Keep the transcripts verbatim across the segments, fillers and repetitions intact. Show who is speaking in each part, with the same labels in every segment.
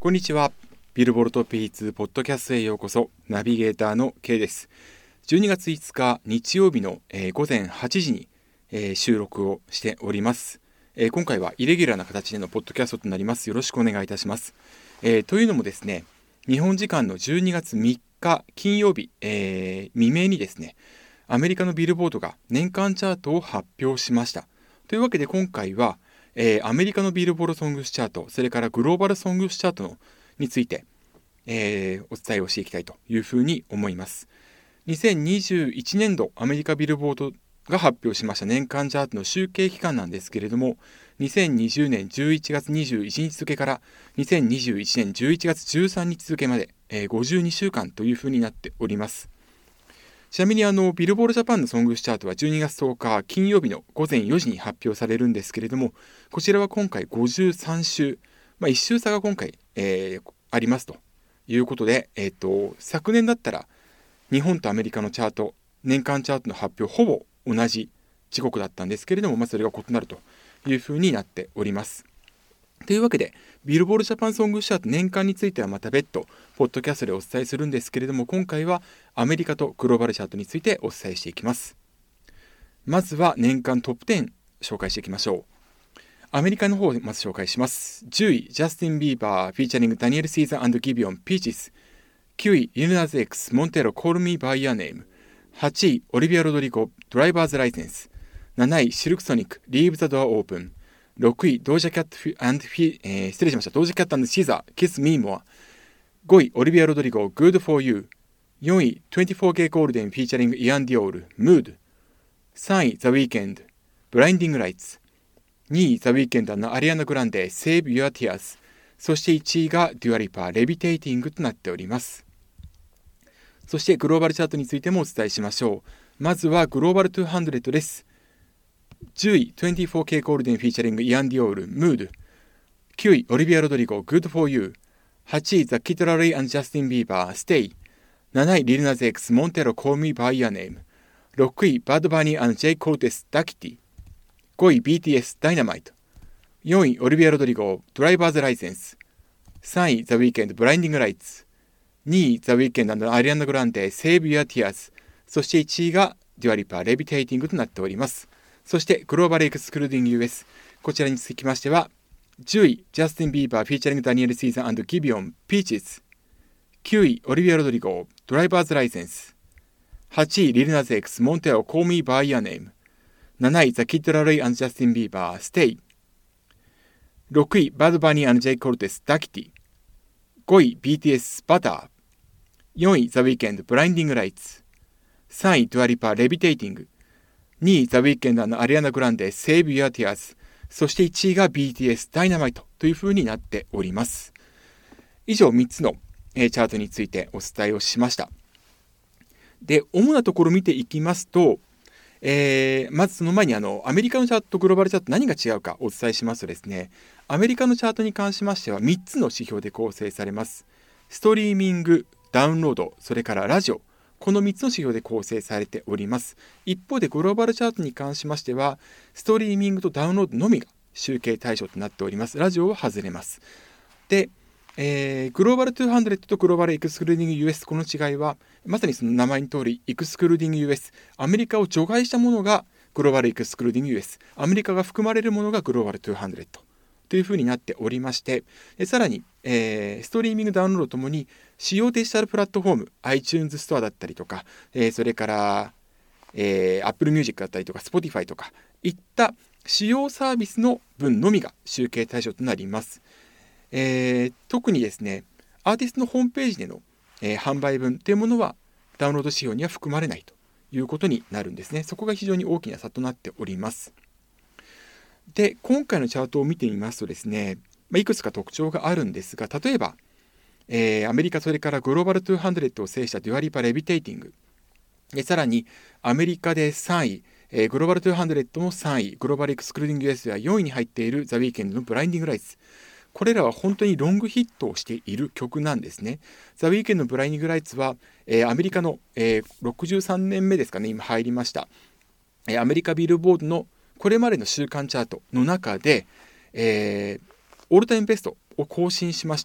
Speaker 1: こんにちは。ビルボルト ピーツ ポッドキャストへようこそ。ナビゲーターの K です。じゅうにがついつか日曜日の、えー、ごぜんはちじに、えー、収録をしております、えー。今回はイレギュラーな形でのポッドキャストとなります。よろしくお願いいたします。えー、というのもですね、日本時間のじゅうにがつみっか金曜日、えー、未明にですね、アメリカのビルボードが年間チャートを発表しました。というわけで今回はえー、アメリカのビルボードソングスチャート、それからグローバルソングスチャートのについて、えー、お伝えをしていきたいというふうに思います。にせんにじゅういちねんどアメリカビルボードが発表しました年間チャートの集計期間なんですけれども、にせんにじゅうねんじゅういちがつにじゅういちにち付からにせんにじゅういちねんじゅういちがつじゅうさんにち付まで、えー、ごじゅうにしゅうかんというふうになっております。ちなみにあのビルボードジャパンのソングスチャートはじゅうにがつとおか金曜日のごぜんよじに発表されるんですけれども、こちらは今回ごじゅうさんしゅう、まあ、いっしゅう差が今回、えー、ありますということで、えーと、昨年だったら日本とアメリカのチャート、年間チャートの発表ほぼ同じ時刻だったんですけれども、まあ、それが異なるというふうになっております。というわけで、ビルボードジャパンソングスチャート年間についてはまた別途、ポッドキャストでお伝えするんですけれども、今回はアメリカとグローバルチャートについてお伝えしていきます。まずは年間トップじゅう紹介していきましょう。アメリカの方をまず紹介します。じゅうい、ジャスティン・ビーバー、フィーチャリング・ダニエル・シーザー&ギビオン、ピーチス。きゅうい、リルナーズ X、モンテロ、コール・ミー・バイ・ヤー・ネーム。はちい、オリビア・ロドリゴ、ドライバーズ・ライセンス。なない、シルク・ソニック、リーブ・ザ・ドア・オープン。ろくい、ドージャキャットフィ、えー、失礼しました。ドージャキャット&シザー、キス・ミー・モア。ごい、オリビア・ロドリゴ、Good for You。よんい、にじゅうよんケー ゴールデン、フィーチャリング、イアン・ディオール、Mood。さんい、The Weeknd、Blinding Lights。にい、The Weeknd& アリアナ・グランデ、Save Your Tears。そしていちいがデュアリパー、Levitating となっております。そしてグローバルチャートについてもお伝えしましょう。まずはグローバルにひゃくです。じゅうい、にじゅうよんケー ゴールデンフィーチャリングイアン・ディオール、Mood。きゅうい、オリビア・ロドリゴ、Good for You。はちい、ザ・キッド・ラレイ&ジャスティン・ビーバー、Stay。なない、リルナズ X、モンテロ、Call Me By Your Name。ろくい、バッド・バニー&ジェイ・コルテス、ダキティ。ごい、ビーティーエス、ダイナマイト。よんい、オリビア・ロドリゴ、ドライバーズ・ライセンス。さんい、ザ・ウィーケンド、ブラインディング・ライツ。にい、ザ・ウィーケンド&アリアナ・グランデ、Save Your Tears。そしていちいがデュアリパー、レビテイティングとなっております。そしてグローバルエクスクルーディング ユーエス。こちらにつきましては、じゅうい、ジャスティン・ビーバー、フィーチャリング・ダニエル・シーザー&ギビオン、ピーチス。きゅうい、オリビア・ロドリゴ、ドライバーズ・ライセンス。はちい、リルナズ X、モンテオ、Call Me By Your Name。なない、ザ・キッド・ラレイ&ジャスティン・ビーバー、Stay。ろくい、バッド・バニー&ジェイ・コルテス、ダキティ。ごい、ビーティーエス、バター。よんい、ザ・ウィーケンド、ブラインディング・ライツ。さんい、ドゥアリパー、レビテイティング。にい、ザ・ウィーケンド&アリアナ・グランデ、Save Your Tears。そしていちいが ビーティーエス、ダイナマイトという風になっております。以上みっつの、えー、チャートについてお伝えをしました。で、主なところを見ていきますと、えー、まずその前にあのアメリカのチャートとグローバルチャート何が違うかお伝えしますとですね、アメリカのチャートに関しましてはみっつの指標で構成されます。ストリーミング、ダウンロード、それからラジオ、このみっつの指標で構成されております。一方でグローバルチャートに関しましてはストリーミングとダウンロードのみが集計対象となっております。ラジオは外れます。で、えー、グローバルにひゃくとグローバルエクスクルーディング ユーエス、 この違いはまさにその名前の通りエクスクルーディング ユーエス、 アメリカを除外したものがグローバルエクスクルーディング ユーエス、 アメリカが含まれるものがグローバルにひゃくというふうになっておりまして、さらに、えー、ストリーミングダウンロードともに主要デジタルプラットフォーム iTunes ストアだったりとか、えー、それから、えー、Apple Music だったりとか Spotify とかいった主要サービスの分のみが集計対象となります。えー、特にですね、アーティストのホームページでの、えー、販売分というものはダウンロード仕様には含まれないということになるんですね。そこが非常に大きな差となっております。で、今回のチャートを見てみますとですね、まあ、いくつか特徴があるんですが、例えば、えー、アメリカそれからグローバルにひゃくを制したデュアリパレビテイティング、でさらにアメリカでさんい、えー、グローバルにひゃくもさんい、グローバルエクスクルーディング ユーエス ではよんいに入っているザ・ウィーケンドのブラインディング・ライツ。これらは本当にロングヒットをしている曲なんですね。ザ・ウィーケンドのブラインディング・ライツは、えー、アメリカの、えー、ろくじゅうさんねんめですかね、今入りました。えー、アメリカビルボードのこれまでの週間チャートの中で、えー、オールタイムベストを更新しまして、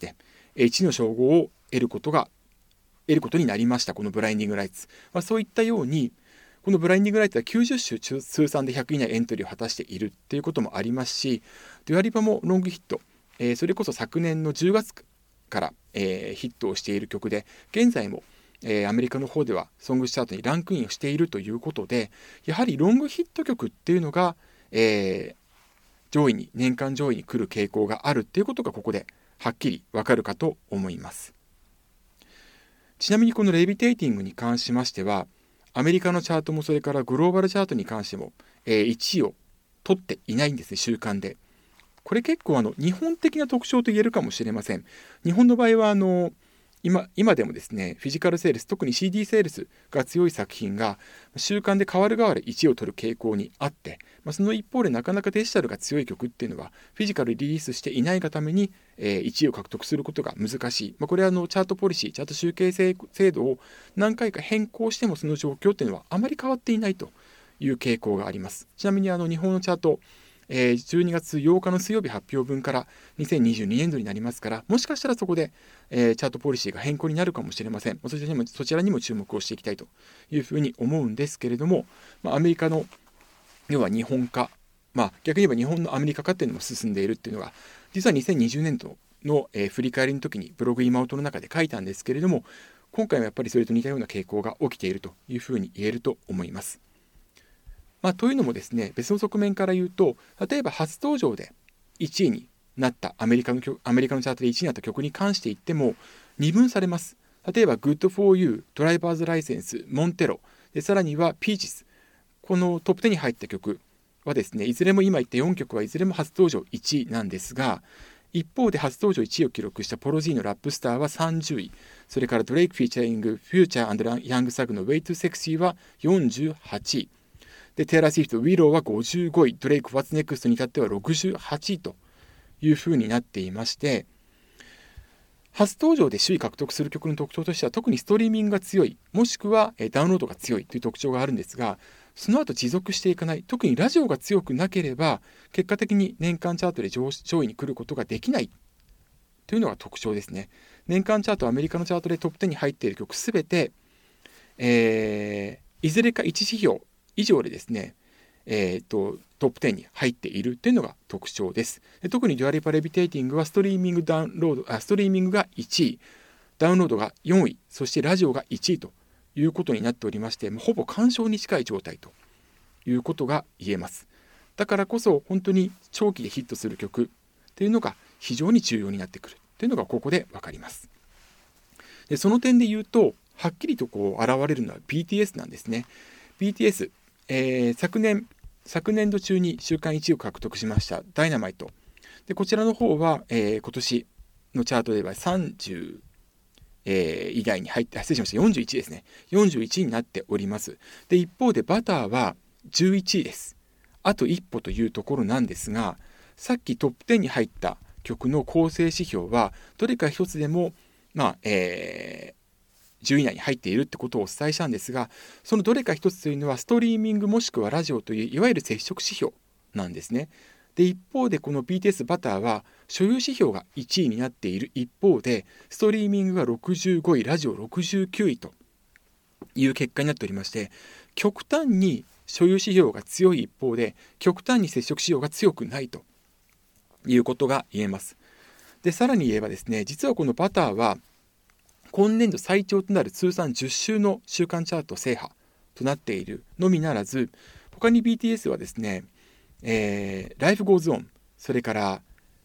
Speaker 1: いちの称号を得ることが得ることになりました。このブラインディングライツ、まあ、そういったようにこのブラインディングライツはきゅうじゅっ種通算でひゃく以内エントリーを果たしているっていうこともありますし、デュアリパもロングヒット、えー、それこそ昨年のじゅうがつから、えー、ヒットをしている曲で、現在も、えー、アメリカの方ではソングチャートにランクインをしているということで、やはりロングヒット曲っていうのが、えー、上位に年間上位に来る傾向があるっていうことがここではっきりわかるかと思います。ちなみにこのレビテイティングに関しましては、アメリカのチャートもそれからグローバルチャートに関しても、えー、いちいを取っていないんですね、週間で。これ結構あの日本的な特徴と言えるかもしれません。日本の場合はあの 今, 今でもですね、フィジカルセールス、特に シーディー セールスが強い作品が週間で変わる変わるいちいを取る傾向にあって、まあ、その一方でなかなかデジタルが強い曲っていうのはフィジカルリリースしていないがために、えー、いちいを獲得することが難しい、まあ、これはあのチャートポリシー、チャート集計制度を何回か変更してもその状況っていうのはあまり変わっていないという傾向があります。ちなみにあの日本のチャート、えー、じゅうにがつようかの水曜日発表分からにせんにじゅうにねんどになりますから、もしかしたらそこで、えー、チャートポリシーが変更になるかもしれません。そちらにも、そちらにも注目をしていきたいというふうに思うんですけれども、まあ、アメリカの要は日本化、まあ、逆に言えば日本のアメリカ化っていうのも進んでいるっていうのが、実はにせんにじゅうねんどの、えー、振り返りの時にブログ今音の中で書いたんですけれども、今回はやっぱりそれと似たような傾向が起きているというふうに言えると思います。まあ、というのもですね、別の側面から言うと、例えば初登場でいちいになったアメリカの曲、アメリカのチャートでいちいになった曲に関して言っても二分されます。例えば Good for You、ドライバーズライセンス、モンテロ、でさらには Peaches、このトップじゅうに入った曲はですね、いずれも今言ったよんきょくはいずれも初登場いちいなんですが、一方で初登場いちいを記録したポロジーのラップスターはさんじゅうい、それからドレイクフィーチャリングフューチャー&ヤングサグの Way to Sexy はよんじゅうはちいで、テイラー・スウィフト、ウィローはごじゅうごい、ドレイク、What's Next に至ってはろくじゅうはちいというふうになっていまして、初登場で首位獲得する曲の特徴としては、特にストリーミングが強い、もしくはダウンロードが強いという特徴があるんですが、その後持続していかない、特にラジオが強くなければ、結果的に年間チャートで 上, 上位に来ることができないというのが特徴ですね。年間チャート、アメリカのチャートでトップじゅうに入っている曲すべて、えー、いずれかいち指標以上でですね、えー、とトップじゅうに入っているというのが特徴です。で特にデュアリパレビテイティングはストリーミングダウンロードあストリーミングがいちい、ダウンロードがよんい、そしてラジオがいちいということになっておりまして、ほぼ完勝に近い状態ということが言えます。だからこそ本当に長期でヒットする曲というのが非常に重要になってくるというのがここで分かります。でその点で言うと、はっきりとこう現れるのは ビーティーエス なんですね。ビーティーエス、えー、昨年昨年度中に週間いちいを獲得しましたダイナマイトで、こちらの方は、えー、今年のチャートではさんじゅう、えー、以外に入って、失礼しました、よんじゅういちいですね。よんじゅういちいになっております。で一方でバターはじゅういちいです。あと一歩というところなんですが、さっきトップじゅうに入った曲の構成指標はどれか一つでもまあえーじゅうい以内に入っているってことをお伝えしたんですが、そのどれか一つというのはストリーミングもしくはラジオといういわゆる接触指標なんですね。で一方でこの ビーティーエス バターは所有指標がいちいになっている一方で、ストリーミングがろくじゅうごい、ラジオろくじゅうきゅういという結果になっておりまして、極端に所有指標が強い一方で極端に接触指標が強くないということが言えます。でさらに言えばですね、実はこのバターは今年度最長となる通算じゅっ週の週間チャート制覇となっているのみならず、他に ビーティーエス はですね、えー、Life Goes On、それから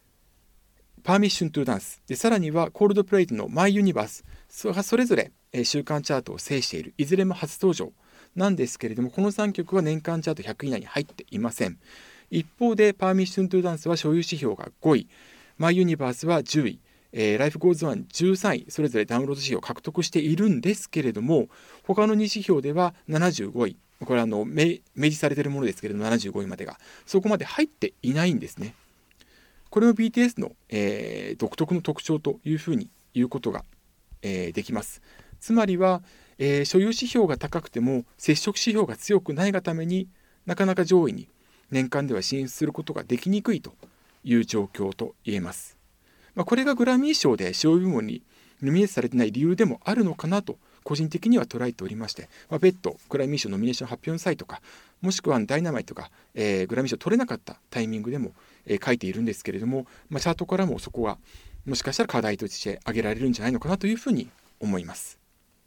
Speaker 1: Permission to Dance で、さらには Coldplay の My Universe、それがそれぞれ週間チャートを制している、いずれも初登場なんですけれども、このさんきょくは年間チャートひゃくい以内に入っていません。一方で Permission to Dance は所有指標がごい、My Universe はじゅうい、えー、Life Goes On じゅうさんい、それぞれダウンロード指標を獲得しているんですけれども、他のに指標ではななじゅうごい、これはあの明示されているものですけれどもななじゅうごいまでがそこまで入っていないんですね。これも ビーティーエス の、えー、独特の特徴というふうに言うことが、えー、できます。つまりは、えー、所有指標が高くても接触指標が強くないがためになかなか上位に年間では進出することができにくいという状況と言えます。 まあ、これがグラミー賞で主要部門にノミネートされてない理由でもあるのかなと個人的には捉えておりまして、まあ、別途グラミー賞ノミネーション発表の際とか、もしくはダイナマイトが、えー、グラミー賞取れなかったタイミングでも、えー、書いているんですけれども、まあ、チャートからもそこはもしかしたら課題として挙げられるんじゃないのかなというふうに思います。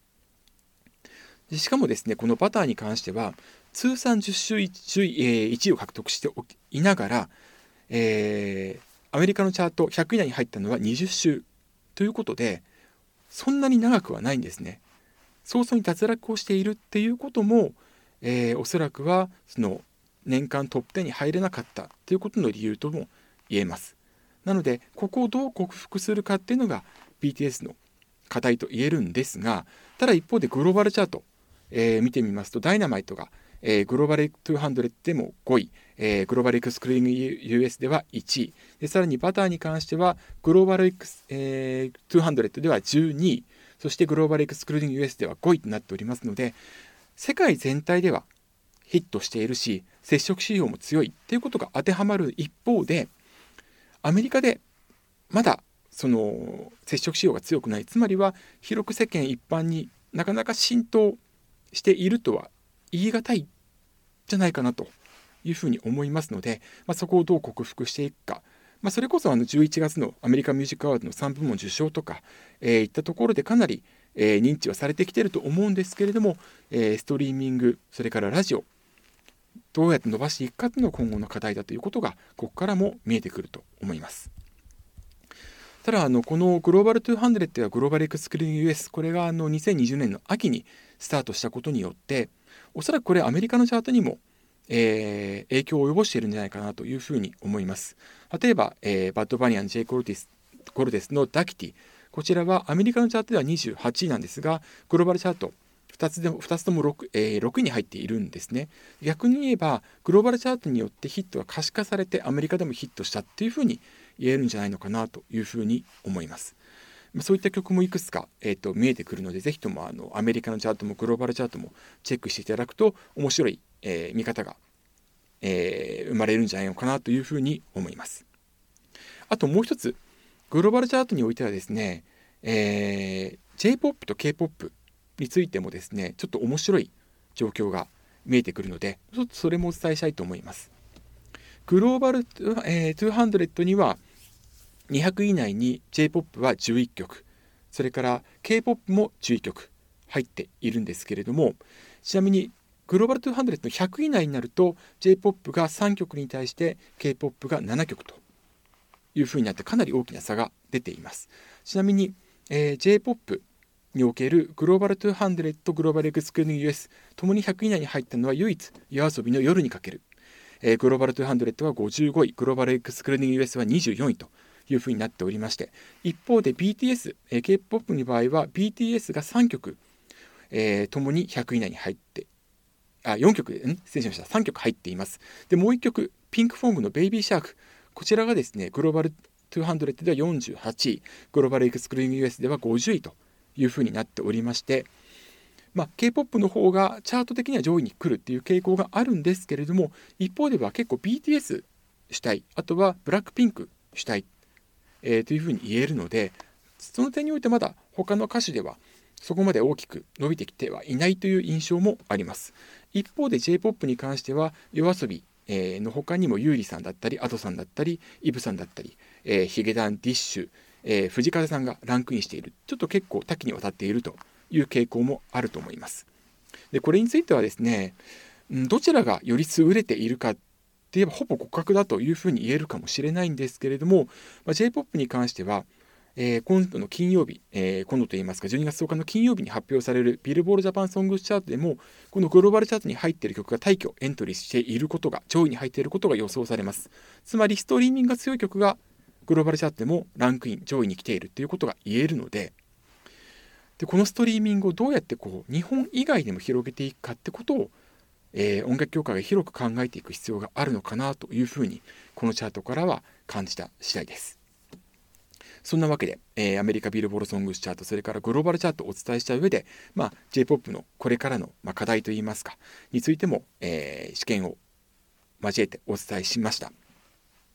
Speaker 1: でしかもですね、このバターに関しては通算じゅっしゅういちい、えー、いちいを獲得していながら、えー、アメリカのチャートひゃくい以内に入ったのはにじゅっしゅうということで、そんなに長くはないんですね。早々に脱落をしているっていうことも、えー、おそらくはその年間トップじゅうに入れなかったということの理由とも言えます。なのでここをどう克服するかっていうのが ビーティーエス の課題と言えるんですが、ただ一方でグローバルチャート、えー、見てみますとダイナマイトが、えー、グローバルにひゃくでもごい、えー、グローバルエクスクルーディング ユーエス では いちいで、さらにバターに関してはグローバルエクス、えー、にひゃくではじゅうにい、そしてグローバルエクスクルーディング ユーエス ではごいとなっておりますので、世界全体ではヒットしているし接触指標も強いということが当てはまる一方で、アメリカでまだその接触指標が強くない、つまりは広く世間一般になかなか浸透しているとは言い難いじゃないかなというふうに思いますので、まあ、そこをどう克服していくか、まあ、それこそあのじゅういちがつのアメリカミュージックアワードのさんぶもん受賞とか、えー、いったところでかなり、えー、認知はされてきていると思うんですけれども、えー、ストリーミング、それからラジオ、どうやって伸ばしていくかというのが今後の課題だということがここからも見えてくると思います。ただあのこのグローバルにひゃくやグローバルエクスクルーディング ユーエス、これがあのにせんにじゅうねんの秋にスタートしたことによって、おそらくこれアメリカのチャートにも、えー、影響を及ぼしているんじゃないかなというふうに思います。例えば、えー、バッドバニアン、ジェイ・コルティス、コルテスのダキティ、こちらはアメリカのチャートではにじゅうはちいなんですが、グローバルチャートふたつでもふたつとも 6,、えー、ろくいに入っているんですね。逆に言えばグローバルチャートによってヒットが可視化されてアメリカでもヒットしたっていうふうに言えるんじゃないのかなというふうに思います。そういった曲もいくつか、えー、と見えてくるので、ぜひともあのアメリカのチャートもグローバルチャートもチェックしていただくと面白い、えー、見方が、えー、生まれるんじゃないのかなというふうに思います。あともう一つ、グローバルチャートにおいてはですね、えー、ジェイポップ と K-ポップ についてもですね、ちょっと面白い状況が見えてくるので、ちょっとそれもお伝えしたいと思います。グローバル、えー、にひゃくにはにひゃくい以内に ジェイポップ はじゅういっきょく、それから K-ポップ もじゅういっきょく入っているんですけれども、ちなみにグローバルにひゃくのひゃくい以内になると ジェイポップ がさんきょくに対して K-ポップ がななきょくというふうになって、かなり大きな差が出ています。ちなみに、えー、ジェイポップ におけるグローバルにひゃくとグローバルエクスクルーディング ユーエス ともにひゃく以内に入ったのは唯一夜遊びの夜にかける、えー、グローバルにひゃくはごじゅうごい、グローバルエクスクルーディング ユーエス はにじゅうよんいというふうになっておりまして、一方で ビーティーエス、えー、K-ポップ の場合は ビーティーエス がさんきょく、えー、ともにひゃく以内に入ってあよんきょくん失礼しましたさんきょく入っています。でもういっきょく、ピンクフォングのベイビーシャーク、こちらがですねグローバルにひゃくではよんじゅうはちい、グローバルエクスクルーディング ユーエス ではごじゅういというふうになっておりまして、まあ、K-ポップ の方がチャート的には上位に来るっていう傾向があるんですけれども、一方では結構 ビーティーエス 主体、あとはブラックピンク主体、えー、というふうに言えるので、その点においてまだ他の歌手ではそこまで大きく伸びてきてはいないという印象もあります。一方で ジェイポップ に関しては夜遊びの他にも優里さんだったり、アドさんだったり、イブさんだったり、えー、ヒゲダン、ディッシュ、えー、藤風さんがランクインしている、ちょっと結構多岐にわたっているという傾向もあると思います。でこれについてはですね、どちらがより優れているかって言えばほぼ互角だというふうに言えるかもしれないんですけれども、まあ、ジェイポップ に関しては、えー、今度の金曜日、えー、今度といいますかじゅうにがつとおかの金曜日に発表されるビルボールジャパンソングスチャートでも、このグローバルチャートに入っている曲が大挙エントリーしていることが、上位に入っていることが予想されます。つまりストリーミングが強い曲がグローバルチャートでもランクイン上位に来ているということが言えるので、でこのストリーミングをどうやってこう日本以外でも広げていくかってことを、えー、音楽業界が広く考えていく必要があるのかなというふうにこのチャートからは感じた次第です。そんなわけで、えー、アメリカビルボールソングスチャート、それからグローバルチャートをお伝えした上で、まあ、ジェイポップ のこれからの、まあ、課題といいますかについても、えー、試験を交えてお伝えしました。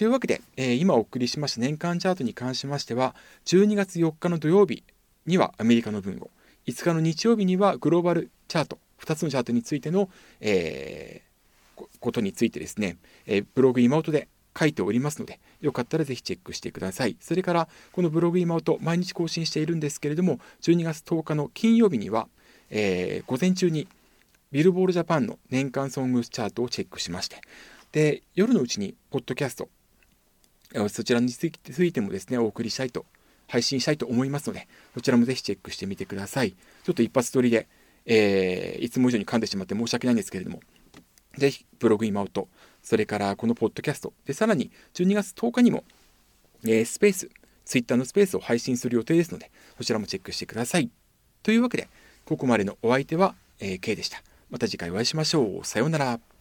Speaker 1: というわけで、えー、今お送りしました年間チャートに関しましては、じゅうにがつよっかの土曜日にはアメリカの分を、いつかの日曜日にはグローバルチャート、ふたつのチャートについての、えー、ことについてですね、えー、ブログ今音で書いておりますので、よかったらぜひチェックしてください。それからこのブログ今音毎日更新しているんですけれども、じゅうにがつとおかの金曜日には、えー、午前中にビルボールジャパンの年間ソングスチャートをチェックしまして、で夜のうちにポッドキャスト、そちらについてもですねお送りしたいと配信したいと思いますので、そちらもぜひチェックしてみてください。ちょっと一発撮りで、えー、いつも以上に噛んでしまって申し訳ないんですけれども、ぜひブログ今音、それからこのポッドキャストで、さらにじゅうにがつとおかにも、えー、スペースツイッターのスペースを配信する予定ですので、そちらもチェックしてください。というわけでここまでのお相手は、えー、K でした。また次回お会いしましょう。さようなら。